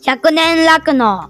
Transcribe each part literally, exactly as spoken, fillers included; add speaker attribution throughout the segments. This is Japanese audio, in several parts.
Speaker 1: ひゃくねん酪農。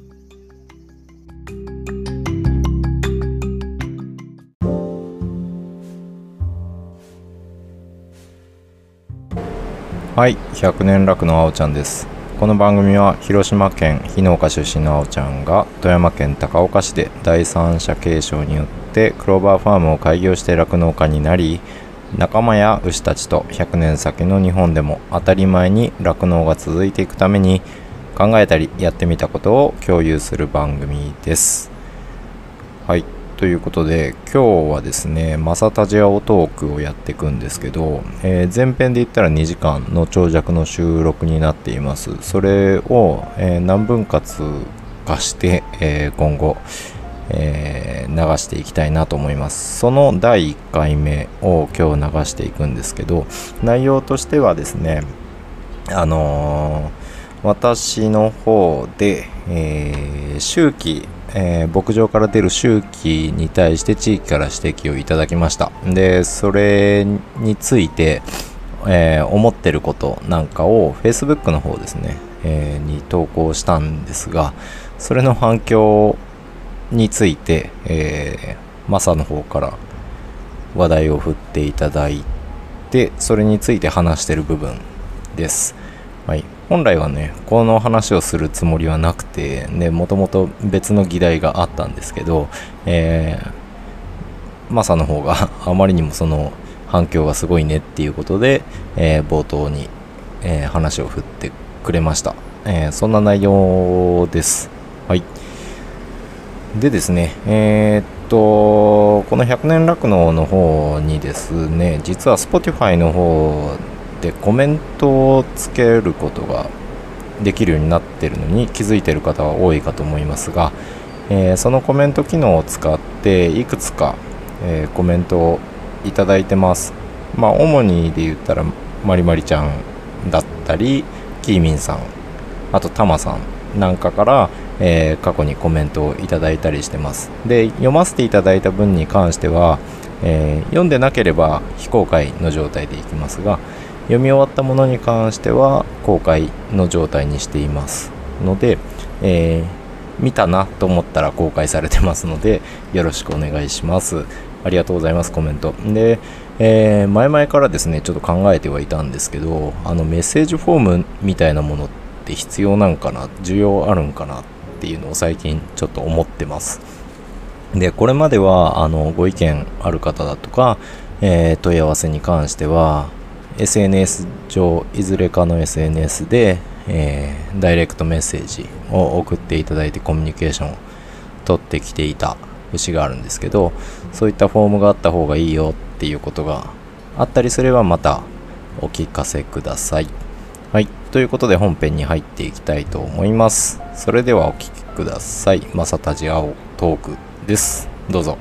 Speaker 2: はい、ひゃくねん酪農あおちゃんです。この番組は広島県日農家出身のあおちゃんが富山県高岡市で第三者継承によってクローバーファームを開業して酪農家になり、仲間や牛たちとひゃくねん先の日本でも当たり前に酪農が続いていくために考えたりやってみたことを共有する番組です。はい、ということで今日はですねマサタジアオトークをやっていくんですけど、えー、前編で言ったらにじかんの長尺の収録になっています。それを、えー、何分割かして、えー、今後、えー、流していきたいなと思います。そのだいいっかいめを今日流していくんですけど、内容としてはですねあのー私の方で、えー、周期、えー、牧場から出る周期に対して地域から指摘をいただきました。で、それについて、えー、思ってることなんかを Facebook の方ですね、えー、に投稿したんですが、それの反響について、えー、マサの方から話題を振っていただいて、それについて話してる部分です。はい、本来はねこの話をするつもりはなくてね、もともと別の議題があったんですけど、えー、マサの方があまりにもその反響がすごいねっていうことで、えー、冒頭に、えー、話を振ってくれました。えー、そんな内容です。はい。でですね、えー、っとこのひゃくねん酪農の方にですね、実は Spotify の方でコメントをつけることができるようになっているのに気づいている方は多いかと思いますが、えー、そのコメント機能を使っていくつか、えー、コメントをいただいてます。まあ主にで言ったらまりまりちゃんだったりキーミンさん、あとタマさんなんかから、えー、過去にコメントをいただいたりしてます。で、読ませていただいた分に関しては、えー、読んでなければ非公開の状態でいきますが、読み終わったものに関しては公開の状態にしていますので、えー、見たなと思ったら公開されてますのでよろしくお願いします。ありがとうございます。コメントで、えー、前々からですねちょっと考えてはいたんですけど、あのメッセージフォームみたいなものって必要なんかな、需要あるんかなっていうのを最近ちょっと思ってます。で、これまではあのご意見ある方だとか、えー、問い合わせに関してはエスエヌエス 上、いずれかの エスエヌエス で、えー、ダイレクトメッセージを送っていただいてコミュニケーションを取ってきていた節があるんですけど、そういったフォームがあった方がいいよっていうことがあったりすればまたお聞かせください。はい、ということで本編に入っていきたいと思います。それではお聞きください。マサタジアオトークです。どうぞ。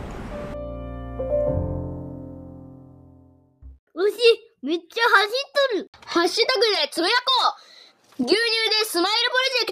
Speaker 1: 牛めっちゃ走っとる。ハッシュタグでつぶやこう。牛乳でスマイルプ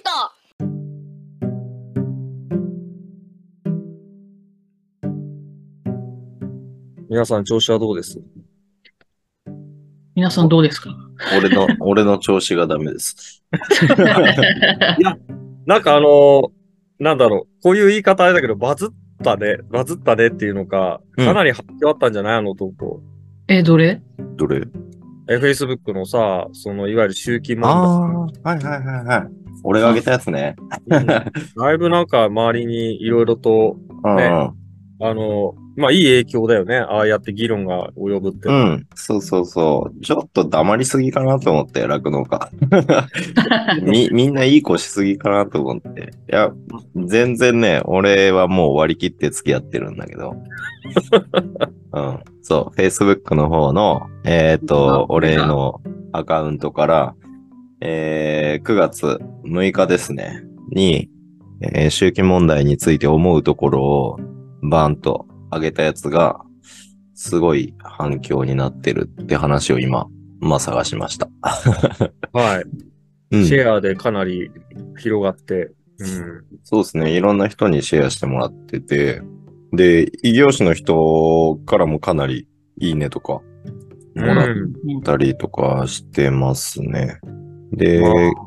Speaker 1: ロジェクト。
Speaker 3: 皆さん調子はどうです？
Speaker 4: 皆さんどうですか？
Speaker 5: 俺の、俺の調子がダメです。
Speaker 3: いや、なんかあのー、なんだろう、こういう言い方あれだけど、バズったね、バズったねっていうのか、かなり発表あったんじゃない、あの投稿。
Speaker 4: え、どれ
Speaker 5: どれ？
Speaker 3: え、Facebook のさ、その、いわゆる周期問
Speaker 5: ああ、はいはいはいはい。俺があげたやつね。
Speaker 3: 題。うんだいぶなんか周りにいろいろと、
Speaker 5: うん
Speaker 3: ね、
Speaker 5: うん。
Speaker 3: あの、まあいい影響だよね。ああやって議論が及ぶって。
Speaker 5: うん、そうそうそう。ちょっと黙りすぎかなと思って、酪農家。み、みんないい子しすぎかなと思って。いや、全然ね、俺はもう割り切って付き合ってるんだけど。うん、そう、Facebook の方の、えっと、俺のアカウントから、えー、くがつむいかですね、に、えー、周期問題について思うところをバーンと上げたやつが、すごい反響になってるって話を今、まあ探しました。
Speaker 3: はい、
Speaker 5: うん。
Speaker 3: シェアでかなり広がって、うん、
Speaker 5: そうですね。いろんな人にシェアしてもらってて、で、異業種の人からもかなりいいねとかもらったりとかしてますね。で、
Speaker 3: まあ、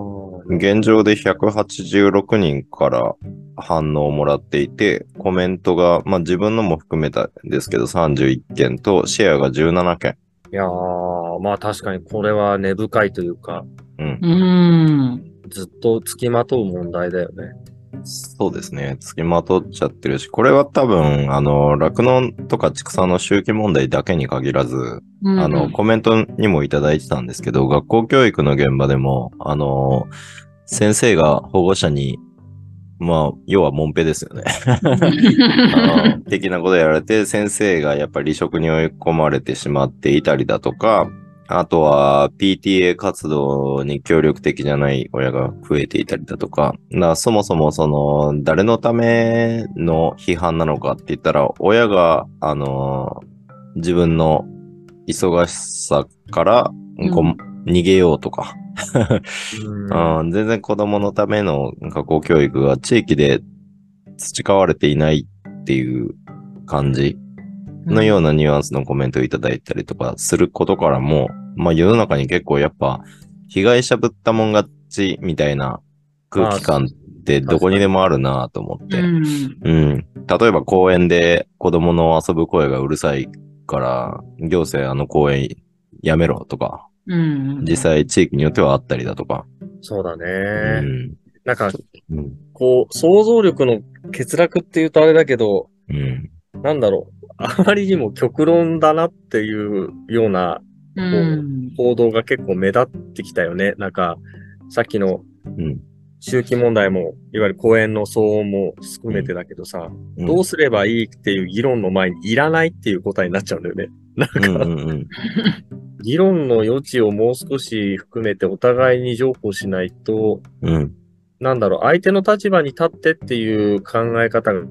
Speaker 5: 現状でひゃくはちじゅうろくにんから反応をもらっていて、コメントが、まあ自分のも含めたんですけどさんじゅういっけんと、シェアがじゅうななけん。
Speaker 3: いやー、まあ確かにこれは根深いというか、
Speaker 5: うん。
Speaker 4: うーん。
Speaker 3: ずっと付きまとう問題だよね。
Speaker 5: そうですね。付きまとっちゃってるし、これは多分、あの、酪農とか畜産の周期問題だけに限らず、
Speaker 4: うん
Speaker 5: あの、コメントにもいただいてたんですけど、学校教育の現場でも、あの、先生が保護者に、まあ、要はモンペですよね。あの的なことやられて、先生がやっぱり離職に追い込まれてしまっていたりだとか、あとは ピーティーエー 活動に協力的じゃない親が増えていたりだとか、だからそもそもその誰のための批判なのかって言ったら、親があの自分の忙しさからこう、
Speaker 4: うん
Speaker 5: 逃げようとか、
Speaker 3: うん
Speaker 5: うん、全然子供のための学校教育が地域で培われていないっていう感じのようなニュアンスのコメントをいただいたりとかすることからも、まあ世の中に結構やっぱ被害者ぶったもん勝ちみたいな空気感ってどこにでもあるなと思って。
Speaker 4: うん
Speaker 5: うん。例えば公園で子供の遊ぶ声がうるさいから行政あの公園やめろとか、
Speaker 4: うん
Speaker 5: 実際地域によってはあったりだとか。
Speaker 3: そうだ
Speaker 5: う
Speaker 3: ね。
Speaker 5: ん。
Speaker 3: なんか、
Speaker 5: うん。
Speaker 3: こう、想像力の欠落って言うとあれだけど、
Speaker 5: うん。
Speaker 3: なんだろう。あまりにも極論だなっていうような
Speaker 4: うん
Speaker 3: 報道が結構目立ってきたよね。なんか、さっきの
Speaker 5: うん。
Speaker 3: 周期問題も、いわゆる公園の騒音も含めてだけどさ、
Speaker 5: うん
Speaker 3: どうすればいいっていう議論の前にいらないっていう答えになっちゃうんだよね。なんか、
Speaker 5: うんうんうん。
Speaker 3: 議論の余地をもう少し含めてお互いに譲歩しないと、
Speaker 5: うん。
Speaker 3: なんだろう、相手の立場に立ってっていう考え方が、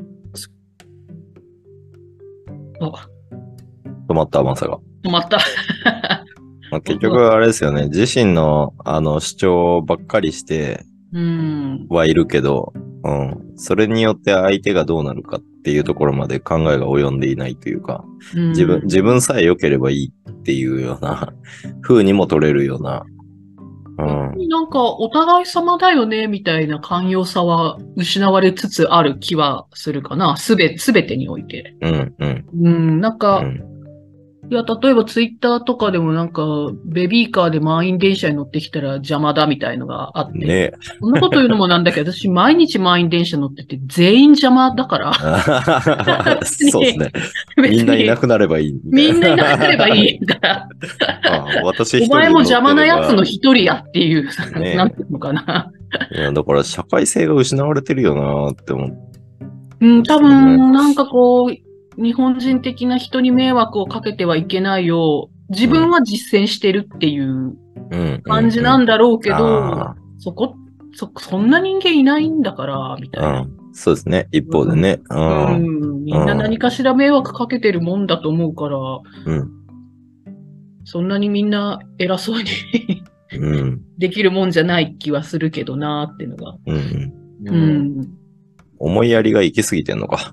Speaker 4: あ、
Speaker 5: 止まった、まさが。
Speaker 4: 止まった。
Speaker 5: まあ、結局あれですよね。自身のあの主張ばっかりして
Speaker 4: うん。
Speaker 5: はいるけど、うん。それによって相手がどうなるかっていうところまで考えが及んでいないというか、自分、自分さえ良ければいいっていうような風にも取れるような。うん。
Speaker 4: なんか、お互い様だよね、みたいな寛容さは失われつつある気はするかな。すべ、すべてにおいて。
Speaker 5: うん、うん。
Speaker 4: うん、なん
Speaker 5: う
Speaker 4: か、
Speaker 5: ん。
Speaker 4: いや、例えばツイッターとかでもなんか、ベビーカーで満員電車に乗ってきたら邪魔だみたいのがあって。
Speaker 5: ねえ。
Speaker 4: そんなこと言うのもなんだけど、私毎日満員電車乗ってて全員邪魔だから。
Speaker 5: そうですね。みんないなくなればいいみたいな。
Speaker 4: みんないなくなればいいから。
Speaker 5: ああ私一
Speaker 4: お
Speaker 5: 人
Speaker 4: 前も邪魔なやつの
Speaker 5: 人
Speaker 4: 一人やっていう、
Speaker 5: ねえ
Speaker 4: なんていうのかな。
Speaker 5: いや、だから社会性が失われてるよなって思って。
Speaker 4: うん、多分、なんかこう、日本人的な人に迷惑をかけてはいけないよう、自分は実践してるっていう
Speaker 5: うん。
Speaker 4: 感じなんだろうけど、
Speaker 5: あ
Speaker 4: そこ、そ、そんな人間いないんだから、みたいな。
Speaker 5: うん。そうですね。一方でね。う。
Speaker 4: うんん、みんな何かしら迷惑かけてるもんだと思うから、
Speaker 5: うん。
Speaker 4: そんなにみんな偉そうに
Speaker 5: うん。
Speaker 4: できるもんじゃない気はするけどなーっていうのが。
Speaker 5: うん。
Speaker 4: う。ん。
Speaker 5: 思いやりが行き過ぎてんのか。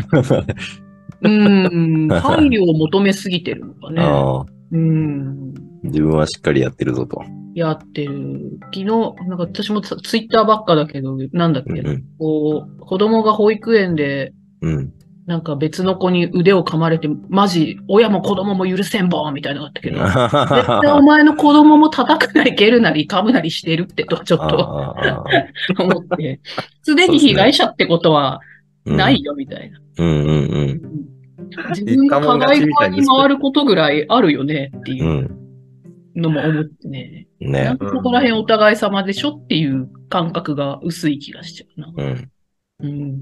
Speaker 4: うん。配慮を求めすぎてるのかね。
Speaker 5: ああ
Speaker 4: うん。
Speaker 5: 自分はしっかりやってるぞと。
Speaker 4: やってる。昨日、なんか私もツツイッターばっかだけど、なんだっけ、
Speaker 5: うん。
Speaker 4: こう、子供が保育園で、
Speaker 5: うん。
Speaker 4: なんか別の子に腕を噛まれて、マジ、親も子供も許せんぼーみたいなのがあったけど、絶対お前の子供も叩くなり蹴るなり噛むなりしてるってと、ちょっと
Speaker 5: ああ
Speaker 4: 思って、すでに被害者ってことはないよみたいな。
Speaker 5: うんうんうん。
Speaker 4: 自分が加害側に回ることぐらいあるよねっていううんのも思ってね。な
Speaker 5: ね
Speaker 4: ん。かそこら辺お互い様でしょっていう感覚が薄い気がしちゃうな。
Speaker 5: うん。
Speaker 4: うん。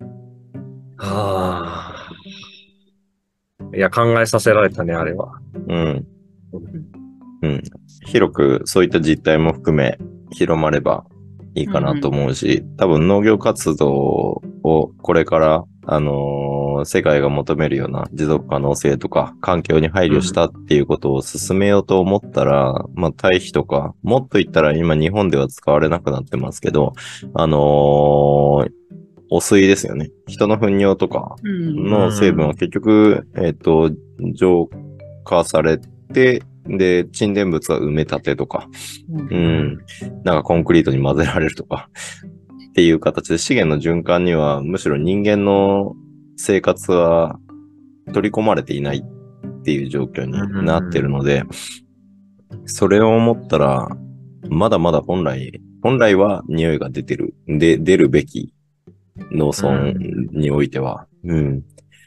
Speaker 3: はあ。いや、考えさせられたね、あれは。
Speaker 5: うん。うん。広くそういった実態も含め広まればいいかなと思うし、多分農業活動をこれから、あのー世界が求めるような持続可能性とか環境に配慮したっていうことを進めようと思ったら、まあ堆肥とか、もっと言ったら今日本では使われなくなってますけど、あのー汚水ですよね。人の糞尿とか
Speaker 4: うん。
Speaker 5: の成分は結局、えっと、浄化されて、 で、沈殿物は埋め立てとか、
Speaker 4: うん
Speaker 5: うん。なんかコンクリートに混ぜられるとか、っていう形で資源の循環にはむしろ人間の生活は取り込まれていないっていう状況になってるので、それを思ったら、まだまだ本来、本来は匂いが出てる、で、出るべき農村においては、うん。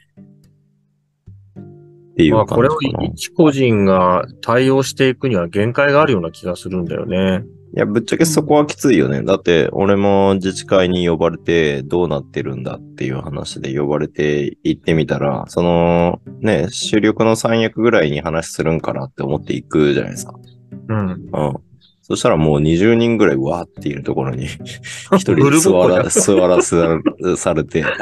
Speaker 5: っていう
Speaker 3: まあ、これを
Speaker 5: 感じかな。い
Speaker 3: 一個人が対応していくには限界があるような気がするんだよね。
Speaker 5: や、ぶっちゃけそこはきついよね。だって、俺も自治会に呼ばれて、どうなってるんだっていう話で呼ばれて行ってみたら、その、ね、主力の三役ぐらいに話するんかなって思って行くじゃないですか。
Speaker 3: うん。
Speaker 5: うん。そしたらもうにじゅうにんぐらいわーっているところに、一人
Speaker 3: ブル
Speaker 5: 座
Speaker 3: ボッコじゃん
Speaker 5: ら、座らさされて。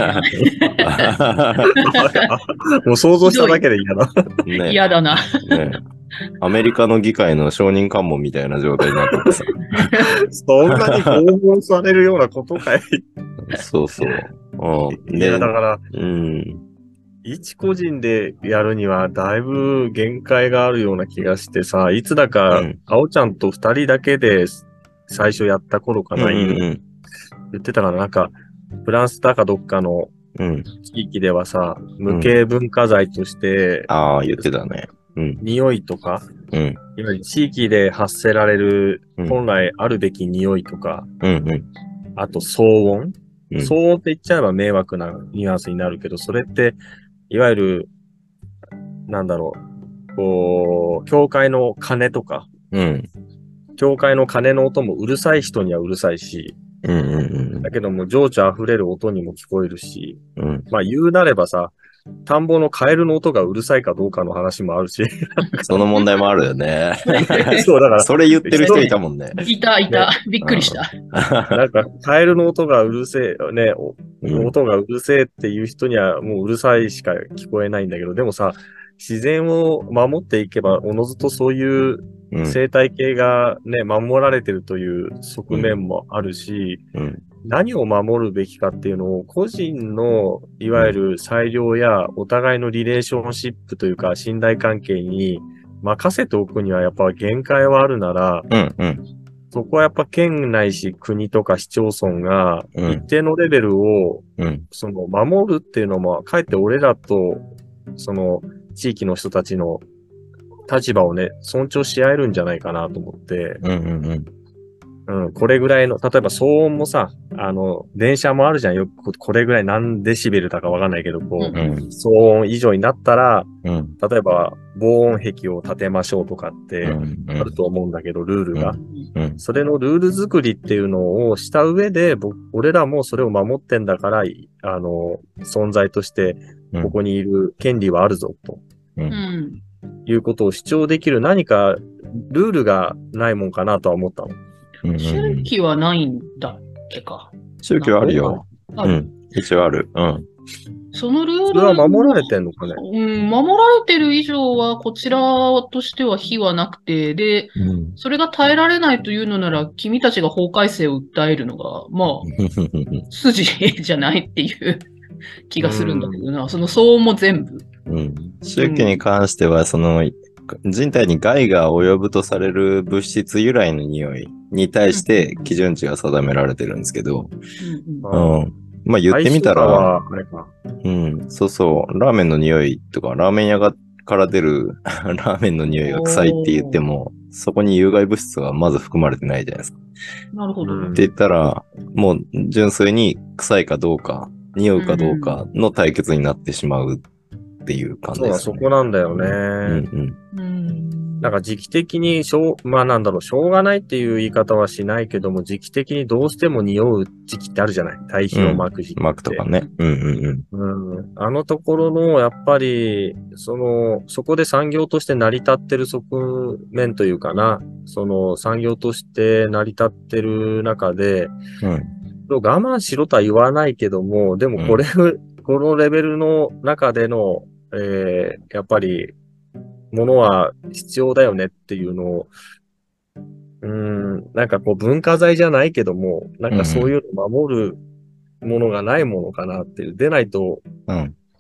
Speaker 3: もう想像しただけで嫌だ。
Speaker 5: ね、
Speaker 4: 嫌だな。
Speaker 5: ね。アメリカの議会の承認喚問みたいな状態になっててさ。
Speaker 3: そんなに拷問されるようなことかい。
Speaker 5: そうそう。うん。
Speaker 3: いや、だから、
Speaker 5: うん。
Speaker 3: 一個人でやるにはだいぶ限界があるような気がしてさ、いつだか
Speaker 5: うん、
Speaker 3: あおちゃんと二人だけで最初やった頃かな、
Speaker 5: うんうん
Speaker 3: 言ってたからなんか、フランスだかどっかの
Speaker 5: うん。
Speaker 3: 地域ではさ、無形文化財として、
Speaker 5: ああ、言ってたね。うん。
Speaker 3: 匂いとか、
Speaker 5: うん。
Speaker 3: いわゆる地域で発せられる
Speaker 5: うん
Speaker 3: 本来あるべき匂いとか、
Speaker 5: うんうん。
Speaker 3: あと騒音、
Speaker 5: うん
Speaker 3: 騒音って言っちゃえば迷惑なニュアンスになるけど、それって、いわゆる、なんだろう、こう、教会の鐘とか、
Speaker 5: うん。
Speaker 3: 教会の鐘の音もうるさい人にはうるさいし、
Speaker 5: うんうん
Speaker 3: だけども情緒溢れる音にも聞こえるし、
Speaker 5: うん。うん。
Speaker 3: まあ言うなればさ、田んぼのカエルの音がうるさいかどうかの話もあるし。
Speaker 5: その問題もあるよね。
Speaker 3: そう、だから、
Speaker 5: それ言ってる人いたもんね。
Speaker 4: いた、いた。びっくりした。
Speaker 3: なんか、カエルの音がうるせえ、ね、お
Speaker 5: うん
Speaker 3: 音がうるせえっていう人にはもううるさいしか聞こえないんだけど、でもさ、自然を守っていけば、おのずとそういう
Speaker 5: うん
Speaker 3: 生態系がね、守られてるという側面もあるし、
Speaker 5: うん
Speaker 3: 何を守るべきかっていうのを、個人の、いわゆる裁量やお互いのリレーションシップというか、信頼関係に任せておくにはやっぱ限界はあるなら、
Speaker 5: うんうん
Speaker 3: そこはやっぱ県ないし国とか市町村が
Speaker 5: うん
Speaker 3: 一定のレベルを、
Speaker 5: うん
Speaker 3: その守るっていうのも、かえって俺らと、その地域の人たちの立場をね、尊重し合えるんじゃないかなと思って、
Speaker 5: うんうんうん
Speaker 3: うん、これぐらいの、例えば騒音もさ、あの、電車もあるじゃん。よくこれぐらい何デシベルだかわかんないけど、こう、
Speaker 4: うん
Speaker 5: うん
Speaker 3: 騒音以上になったら、
Speaker 5: うん
Speaker 3: 例えば防音壁を建てましょうとかって
Speaker 5: うん
Speaker 3: あると思うんだけど、ルールが。
Speaker 5: うん
Speaker 3: それのルール作りっていうのをした上で、僕、俺らもそれを守ってんだから、あの、存在として、
Speaker 5: うん
Speaker 3: ここにいる権利はあるぞ、と
Speaker 5: う
Speaker 4: うんん。
Speaker 3: いうことを主張できる何か、ルールがないもんかなとは思ったの。
Speaker 5: うん
Speaker 4: 周期はないんだっけか。
Speaker 5: 宗教あるよ。
Speaker 4: ある
Speaker 5: うん。一応ある。うん。
Speaker 4: そのルール
Speaker 3: それは守られてんのかね。
Speaker 4: うん、守られてる以上は、こちらとしては非はなくて、で、
Speaker 5: うん。
Speaker 4: それが耐えられないというのなら、君たちが法改正を訴えるのが、まあ、筋じゃないっていう気がするんだけどな。その騒音も全部。
Speaker 5: うん。宗教に関しては、その、人体に害が及ぶとされる物質由来の匂いに対して基準値が定められてるんですけど、
Speaker 4: うんうん
Speaker 5: うん。まあ言ってみたら、
Speaker 3: はあれか。
Speaker 5: うん、そうそう、ラーメンの匂いとか、ラーメン屋がから出るラーメンの匂いが臭いって言っても、そこに有害物質はまず含まれてないじゃないですか。
Speaker 4: なるほど。
Speaker 3: うん
Speaker 5: って言ったら、もう純粋に臭いかどうか、匂うかどうかの対決になってしまうっていう感じ
Speaker 3: そうだ、
Speaker 5: ですね。
Speaker 3: そこなんだよね。
Speaker 5: うんうん。
Speaker 4: うん
Speaker 3: なんか時期的にしょう、まあなんだろう、しょうがないっていう言い方はしないけども、時期的にどうしても匂う時期ってあるじゃない。堆肥を巻く時期って。
Speaker 5: マークとかね。うんうんうん。
Speaker 3: うん。あのところの、やっぱり、その、そこで産業として成り立ってる側面というかな、その産業として成り立ってる中で、
Speaker 5: うん
Speaker 3: 我慢しろとは言わないけども、でもこれ、このレベルの中での、えー、やっぱり、ものは必要だよねっていうのを、うーん、なんかこう文化財じゃないけども、なんかそういうのを守るものがないものかなっていう。でないと、
Speaker 5: うん。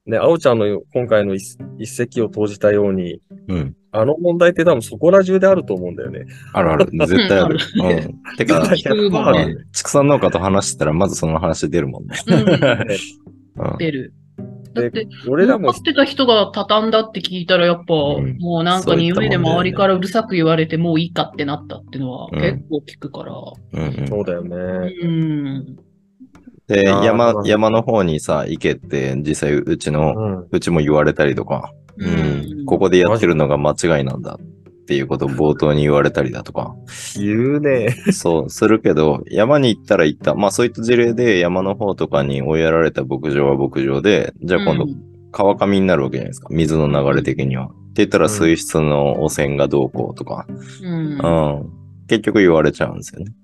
Speaker 3: ね、あおちゃんの今回の一一石を投じたように、
Speaker 2: うん。
Speaker 3: あの問題って多分そこら中であると思うんだよね。
Speaker 2: あるある。絶対ある。
Speaker 4: うん
Speaker 2: うん。てか、
Speaker 3: ひゃくパーセントあるよね。
Speaker 2: 畜産農家と話してたら、まずその話出るもんね。
Speaker 4: うん
Speaker 2: うん。
Speaker 4: 出る。だって、
Speaker 3: 俺らも
Speaker 4: 儲かってた人が畳んだって聞いたら、やっぱ、
Speaker 2: ん
Speaker 4: もうなんか匂いで周りからうるさく言われて、もういいかってなったっていうのは
Speaker 2: うん
Speaker 4: 結構聞くから。
Speaker 2: うんうん。
Speaker 3: そうだよね。
Speaker 4: うん。
Speaker 2: で、
Speaker 3: あー
Speaker 2: 山
Speaker 3: そう、だ
Speaker 2: 山の方にさ、行けって、実際うちの、
Speaker 3: うん。
Speaker 2: うちも言われたりとか、
Speaker 4: う
Speaker 2: うんん。ここでやってるのが間違いなんだっていうことを冒頭に言われたりだとか、
Speaker 3: 言うね。
Speaker 2: そう、するけど、山に行ったら行った。まあそういった事例で山の方とかに追いやられた牧場は牧場で、じゃあ今度川上になるわけじゃないですか。水の流れ的には。って言ったら水質の汚染がどうこうとか、
Speaker 4: うん。
Speaker 2: うん。結局言われちゃうんですよね。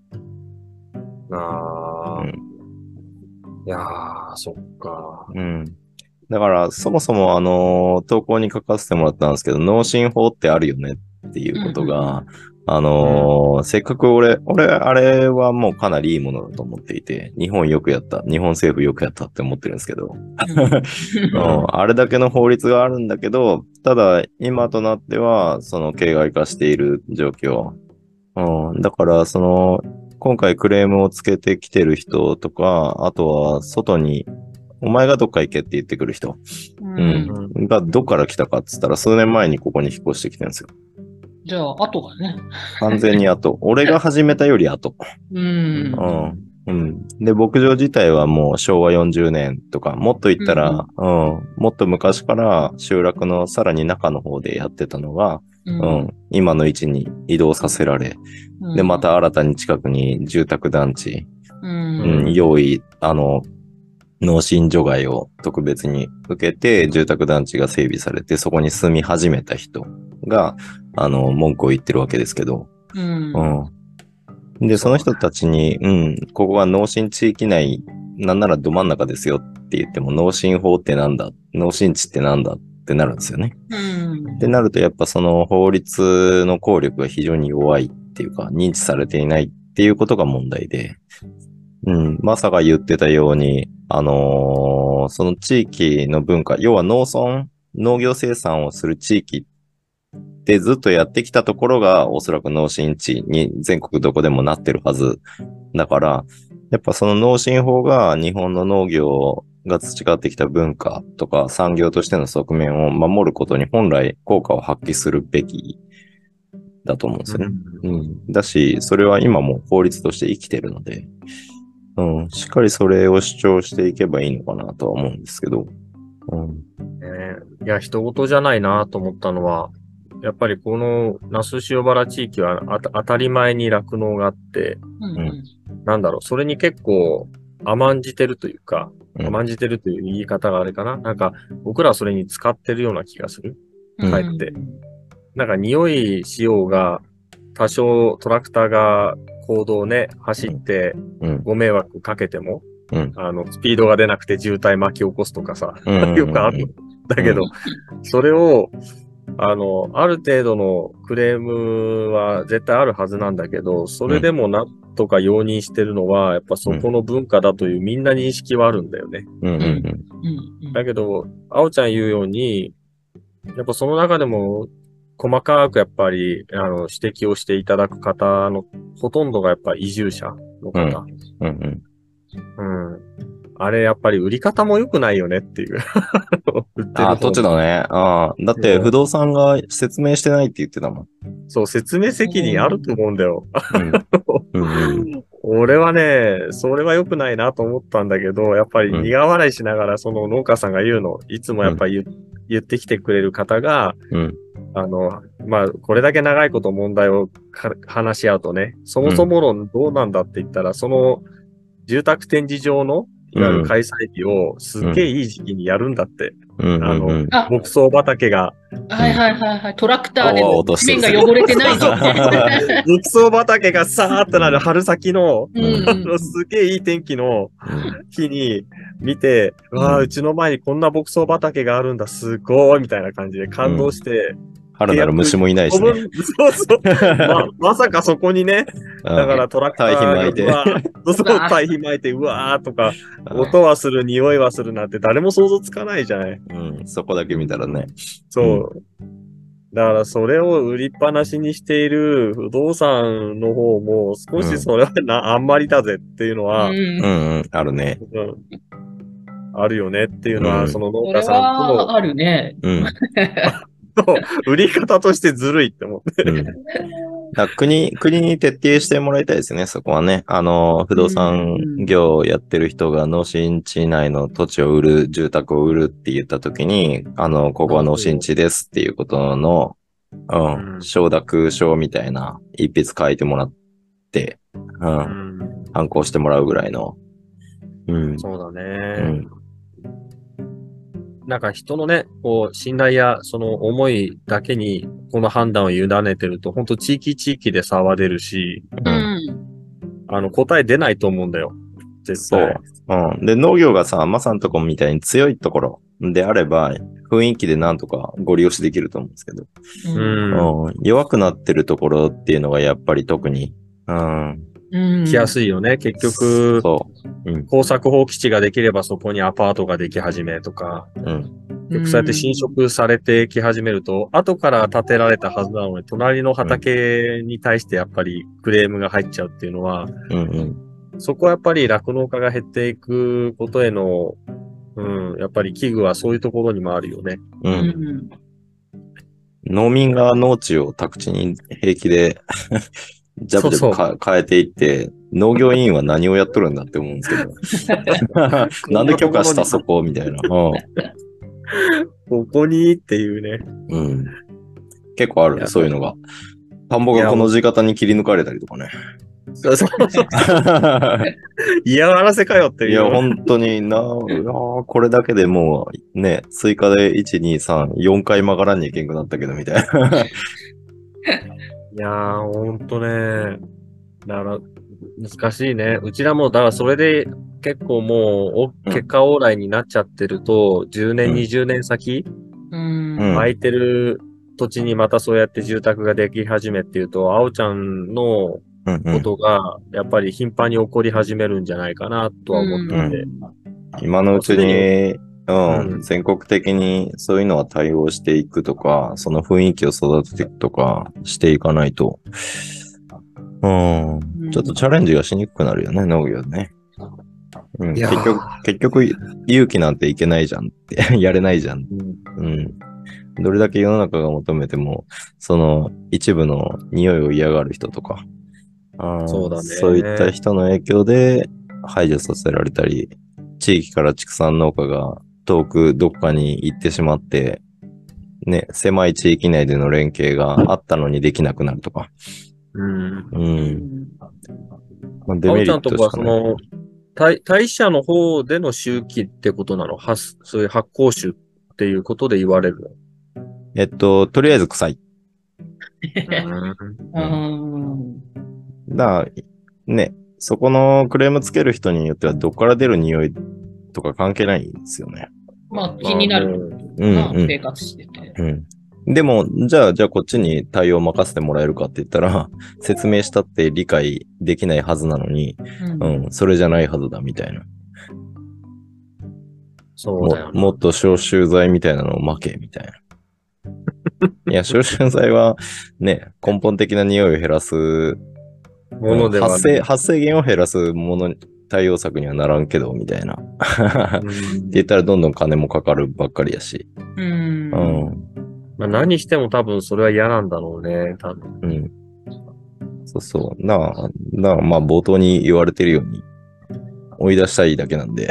Speaker 3: ああ、
Speaker 2: うん
Speaker 3: いやー、そっか。
Speaker 2: うん。だから、そもそもあの、投稿に書かせてもらったんですけど、農信法ってあるよねっていうことが、あのーせっかく俺、俺、あれはもうかなりいいものだと思っていて、日本よくやった、日本政府よくやったって思ってるんですけど、うんあれだけの法律があるんだけど、ただ、今となっては、その、形骸化している状況。うん、だから、その、今回クレームをつけてきてる人とか、あとは、外に、お前がどっか行けって言ってくる人、
Speaker 4: う。
Speaker 2: うんん、がどっから来たかって言ったら、数年前にここに引っ越してきてるんですよ。
Speaker 4: じゃあ、後がね。
Speaker 2: 完全に後。俺が始めたより後。
Speaker 4: うん。
Speaker 2: うん。うん。で、牧場自体はもうしょうわよんじゅうねんとか、もっと言ったら、うん、もっと昔から集落のさらに中の方でやってたのが、
Speaker 4: う
Speaker 2: うん、今の位置に移動させられ、で、ま、た新たに近くに住宅団地、
Speaker 4: う
Speaker 2: うん、
Speaker 4: ん。
Speaker 2: 用意、あの、農親除外を特別に受けて、住宅団地が整備されて、そこに住み始めた人が、あの、文句を言ってるわけですけど、
Speaker 4: うん。
Speaker 2: うん。で、その人たちに、うん、ここが農親地域内、なんならど真ん中ですよって言っても、農親法ってなんだ、農親地ってなんだってなるんですよね。
Speaker 4: うん。
Speaker 2: ってなると、やっぱその法律の効力が非常に弱いっていうか、認知されていないっていうことが問題で、うん、マサが言ってたように、あのーその地域の文化、要は農村、農業生産をする地域でずっとやってきたところが、おそらく農親地に全国どこでもなってるはず。だから、やっぱその農信法が日本の農業が培ってきた文化とか産業としての側面を守ることに本来効果を発揮するべきだと思うんですよね。うん。だし、それは今も法律として生きてるので、うん。しっかりそれを主張していけばいいのかなとは思うんですけど、うん。
Speaker 3: ねいや、人事じゃないなと思ったのは、やっぱりこの那須塩原地域はあた当たり前に酪農があって、
Speaker 4: うん。
Speaker 3: なんだろう、それに結構甘んじてるというか、
Speaker 2: うん
Speaker 3: 甘んじてるという言い方があれかな。なんか、僕らはそれに使ってるような気がする。
Speaker 2: うん
Speaker 3: かえって。なんか匂いしようが、多少トラクターが公道をね、走って
Speaker 2: うん。
Speaker 3: ご迷惑かけても、
Speaker 2: うん。
Speaker 3: あの、スピードが出なくて渋滞巻き起こすとかさ、
Speaker 2: うん
Speaker 3: よくあるんだけど、それを、あの、ある程度のクレームは絶対あるはずなんだけど、それでもなんとか容認してるのは、やっぱそこの文化だというみんな認識はあるんだよね。
Speaker 2: うん。うん。
Speaker 4: うん。
Speaker 3: だけど、あおちゃん言うように、やっぱその中でも、細かくやっぱり、あの、指摘をしていただく方のほとんどがやっぱ移住者の方。
Speaker 2: うん。うん。
Speaker 3: うん。あれやっぱり売り方も良くないよねっていう。売ってる
Speaker 2: あ、土地のね。ああ。だって不動産が説明してないって言ってたもん。
Speaker 3: そう、説明責任あると思うんだよ。
Speaker 2: うん。うん。
Speaker 3: 俺はね、それは良くないなと思ったんだけど、やっぱり苦笑いしながらその農家さんが言うの、いつもやっぱり言,、言ってきてくれる方が、
Speaker 2: うん。
Speaker 3: あの、まあ、これだけ長いこと問題をか話し合うとね、そもそも論どうなんだって言ったら、その住宅展示場のいわゆる開催日をすっげえいい時期にやるんだって。
Speaker 2: うん。
Speaker 3: あの、
Speaker 2: うん。
Speaker 4: あ、
Speaker 3: 牧草畑が、
Speaker 4: はいはいはいはい。トラクターで
Speaker 2: 泡を落としてる
Speaker 4: 地面が汚れてないぞ。
Speaker 3: 牧草畑がさーっとなる春先の、
Speaker 4: うん
Speaker 3: あのすげえいい天気の日に見て、
Speaker 2: うん
Speaker 3: わあ、うちの前にこんな牧草畑があるんだ、すごいみたいな感じで感動して、
Speaker 2: 春なら虫もいないしね。
Speaker 3: そうそう。ま、まさかそこにね、だからトラクター
Speaker 2: 堆肥巻いて
Speaker 3: うわーそうそう、堆肥巻いて、うわーとか、音はする、匂いはするなんて誰も想像つかないじゃない。
Speaker 2: うん、そこだけ見たらね。
Speaker 3: そう。だからそれを売りっぱなしにしている不動産の方も少しそれはな、あんまりだぜっていうのは、
Speaker 4: うん
Speaker 2: うんうん、あるね。
Speaker 3: うん、あるよねっていうのは、
Speaker 2: うん
Speaker 3: その農
Speaker 4: それ
Speaker 3: 家さんと
Speaker 4: はあるね。
Speaker 2: うん。
Speaker 3: 売り方としてずるいって思って。
Speaker 2: うんだ国、国に徹底してもらいたいですね、そこはね。あの、不動産業をやってる人が農心地内の土地を売る、住宅を売るって言ったときに、あの、ここは農心地ですっていうことの、うん、
Speaker 3: うん
Speaker 2: 承諾書みたいな一筆書いてもらって、う、
Speaker 3: うんん、
Speaker 2: 反抗してもらうぐらいの。うん。
Speaker 3: そうだ
Speaker 2: う
Speaker 3: ね。
Speaker 2: ん。
Speaker 3: なんか人のね、こう、信頼やその思いだけにこの判断を委ねてると、本当地域地域で差は出るし、
Speaker 2: う。
Speaker 4: うんん。
Speaker 3: あの、答え出ないと思うんだよ。絶
Speaker 2: そう
Speaker 3: 対。。
Speaker 2: うん。で、農業がさ、マさんとこみたいに強いところであれば、雰囲気でなんとかご利用しできると思うんですけど、
Speaker 3: う
Speaker 4: うん
Speaker 3: ん。
Speaker 2: うん、弱くなってるところっていうのがやっぱり特に、うん、
Speaker 4: うん。
Speaker 3: 来やすいよね。結局、
Speaker 2: そう。うん。
Speaker 3: 耕作放棄地ができればそこにアパートができ始めとか、
Speaker 2: うん。
Speaker 3: 結局そうやって侵食されてき始めると、後から建てられたはずなのに、隣の畑に対してやっぱりクレームが入っちゃうっていうのは、
Speaker 2: うん。うん。
Speaker 3: そこはやっぱり酪農家が減っていくことへの、うん、やっぱり危惧はそういうところにもあるよね。
Speaker 2: う。
Speaker 4: うんん。
Speaker 2: 農民が農地を宅地に平気で、ジャブジャブか変えていって、農業委員は何をやっとるんだって思うんですけど。なんで許可したそこみたいな。
Speaker 3: ここにっていうね。
Speaker 2: うん。うん。結構ある、
Speaker 3: いや
Speaker 2: そういうのが。田んぼがこの字型に切り抜かれたりとかね。
Speaker 3: そうそうそう嫌がらせかよっていう。
Speaker 2: いや、本当にな、うわーこれだけでもう、ね、追加でいち、に、さん、よんかい曲がらんにいけんくなったけど、みたいな。
Speaker 3: いやー、ほんとね。だから、難しいね。うちらも、だからそれで結構もう、お
Speaker 2: うん
Speaker 3: 結果往来になっちゃってると、じゅうねん、
Speaker 2: うん
Speaker 3: にじゅうねん先、
Speaker 4: うん。
Speaker 2: うん
Speaker 3: 空いてる土地にまたそうやって住宅ができ始めっていうと、あおちゃんの
Speaker 2: うんうん
Speaker 3: ことが、やっぱり頻繁に起こり始めるんじゃないかな、とは思っていて。
Speaker 2: 今のうちに、うん、
Speaker 3: うん
Speaker 2: 全国的にそういうのは対応していくとか、その雰囲気を育てていくとかしていかないと、うん、ちょっとチャレンジがしにくくなるよね、農業ね。うん、
Speaker 3: いやー
Speaker 2: 結局、結局、勇気なんていけないじゃんって、やれないじゃん。
Speaker 3: うん
Speaker 2: うん。どれだけ世の中が求めても、その一部の匂いを嫌がる人とか、あー
Speaker 3: そうだね
Speaker 2: そういった人の影響で排除させられたり、地域から畜産農家が遠くどっかに行ってしまって、ね、狭い地域内での連携があったのにできなくなるとか。
Speaker 3: うん。
Speaker 2: うん。まあ、デ
Speaker 3: あお
Speaker 2: メリッ
Speaker 3: ちゃんとこは
Speaker 2: トしかない。
Speaker 3: その、代代謝の方での周期ってことなの発、そういう発酵臭っていうことで言われる
Speaker 2: えっと、とりあえず臭い。
Speaker 3: の。
Speaker 4: うん。
Speaker 2: だから、ね、そこのクレームつける人によってはどっから出る匂いとか関係ないんですよね。
Speaker 4: まあ、気になる
Speaker 2: うん
Speaker 4: な、
Speaker 2: うん
Speaker 4: 生活してて。
Speaker 2: うん。でも、じゃあ、じゃあこっちに対応を任せてもらえるかって言ったら、説明したって理解できないはずなのに、
Speaker 4: う。
Speaker 2: うんん、それじゃないはずだみたいな。
Speaker 3: そうだよね。
Speaker 2: ももっと消臭剤みたいなのを巻けみたいな。いや、消臭剤はね、根本的な匂いを減らす、
Speaker 3: ものでは
Speaker 2: 発生、発生源を減らすものに、対応策にはならんけど、みたいな。って言ったらどんどん金もかかるばっかりやし。
Speaker 4: うん。
Speaker 2: うん。
Speaker 3: まあ、何しても多分それは嫌なんだろうね。多分。
Speaker 2: うん。そうそう。なあ、なあ、まあ冒頭に言われてるように、追い出したいだけなんで。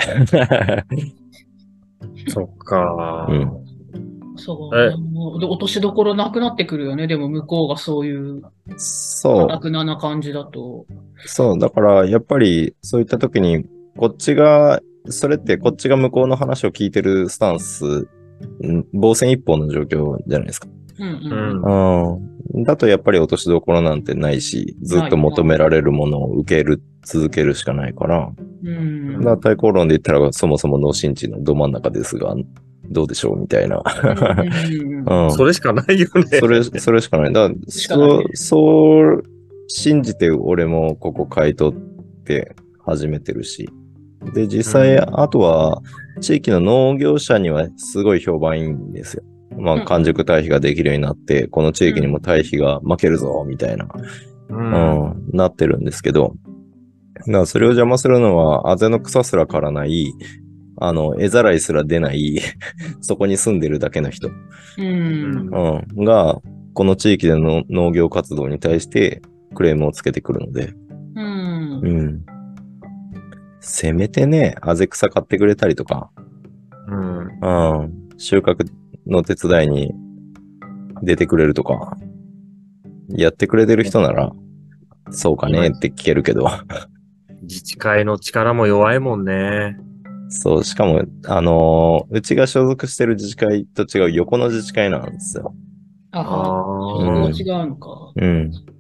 Speaker 3: そっか。
Speaker 2: うん。
Speaker 4: そう。
Speaker 3: え
Speaker 4: もうで落としどころなくなってくるよね。でも向こうがそういう、
Speaker 2: そう。
Speaker 4: 楽なな感じだと。
Speaker 2: そう。だから、やっぱり、そういった時に、こっちが、それってこっちが向こうの話を聞いてるスタンス、ん防戦一方の状況じゃないですか。
Speaker 4: うん
Speaker 3: う
Speaker 4: うん。
Speaker 3: ん。
Speaker 2: うん。だとやっぱり落としどころなんてないし、ずっと求められるものを受ける、続けるしかないから。
Speaker 4: うん。
Speaker 2: だから対抗論で言ったらそもそも脳神地のど真ん中ですが、 どうでしょうみたいな。
Speaker 4: うん
Speaker 2: うん。
Speaker 3: それしかないよね。
Speaker 2: それ、それしかない。だから
Speaker 4: しかないね
Speaker 2: そう、そう信じて俺もここ買い取って始めてるし。で、実際、
Speaker 3: うん
Speaker 2: あとは、地域の農業者にはすごい評判いいんですよ。まあ、
Speaker 4: うん
Speaker 2: 完熟堆肥ができるようになって、この地域にも堆肥が負けるぞ、みたいな、
Speaker 3: う。
Speaker 2: うんん、なってるんですけど、だからそれを邪魔するのは、あぜの草すら刈らない、あの、絵ざらいすら出ない、そこに住んでるだけの人、
Speaker 4: うん。
Speaker 2: うん、が、この地域での農業活動に対してクレームをつけてくるので、
Speaker 4: うん
Speaker 2: う。ん。せめてね、あぜ草買ってくれたりとか、
Speaker 3: うん。
Speaker 2: うん、収穫の手伝いに出てくれるとか、やってくれてる人なら、そうかねって聞けるけど、
Speaker 3: 自治会の力も弱いもんね。
Speaker 2: そう、しかも、あのーうちが所属してる自治会と違う横の自治会なんですよ。
Speaker 4: あ
Speaker 3: あ
Speaker 4: は、
Speaker 3: ー
Speaker 4: そこ違うのか。
Speaker 2: うん。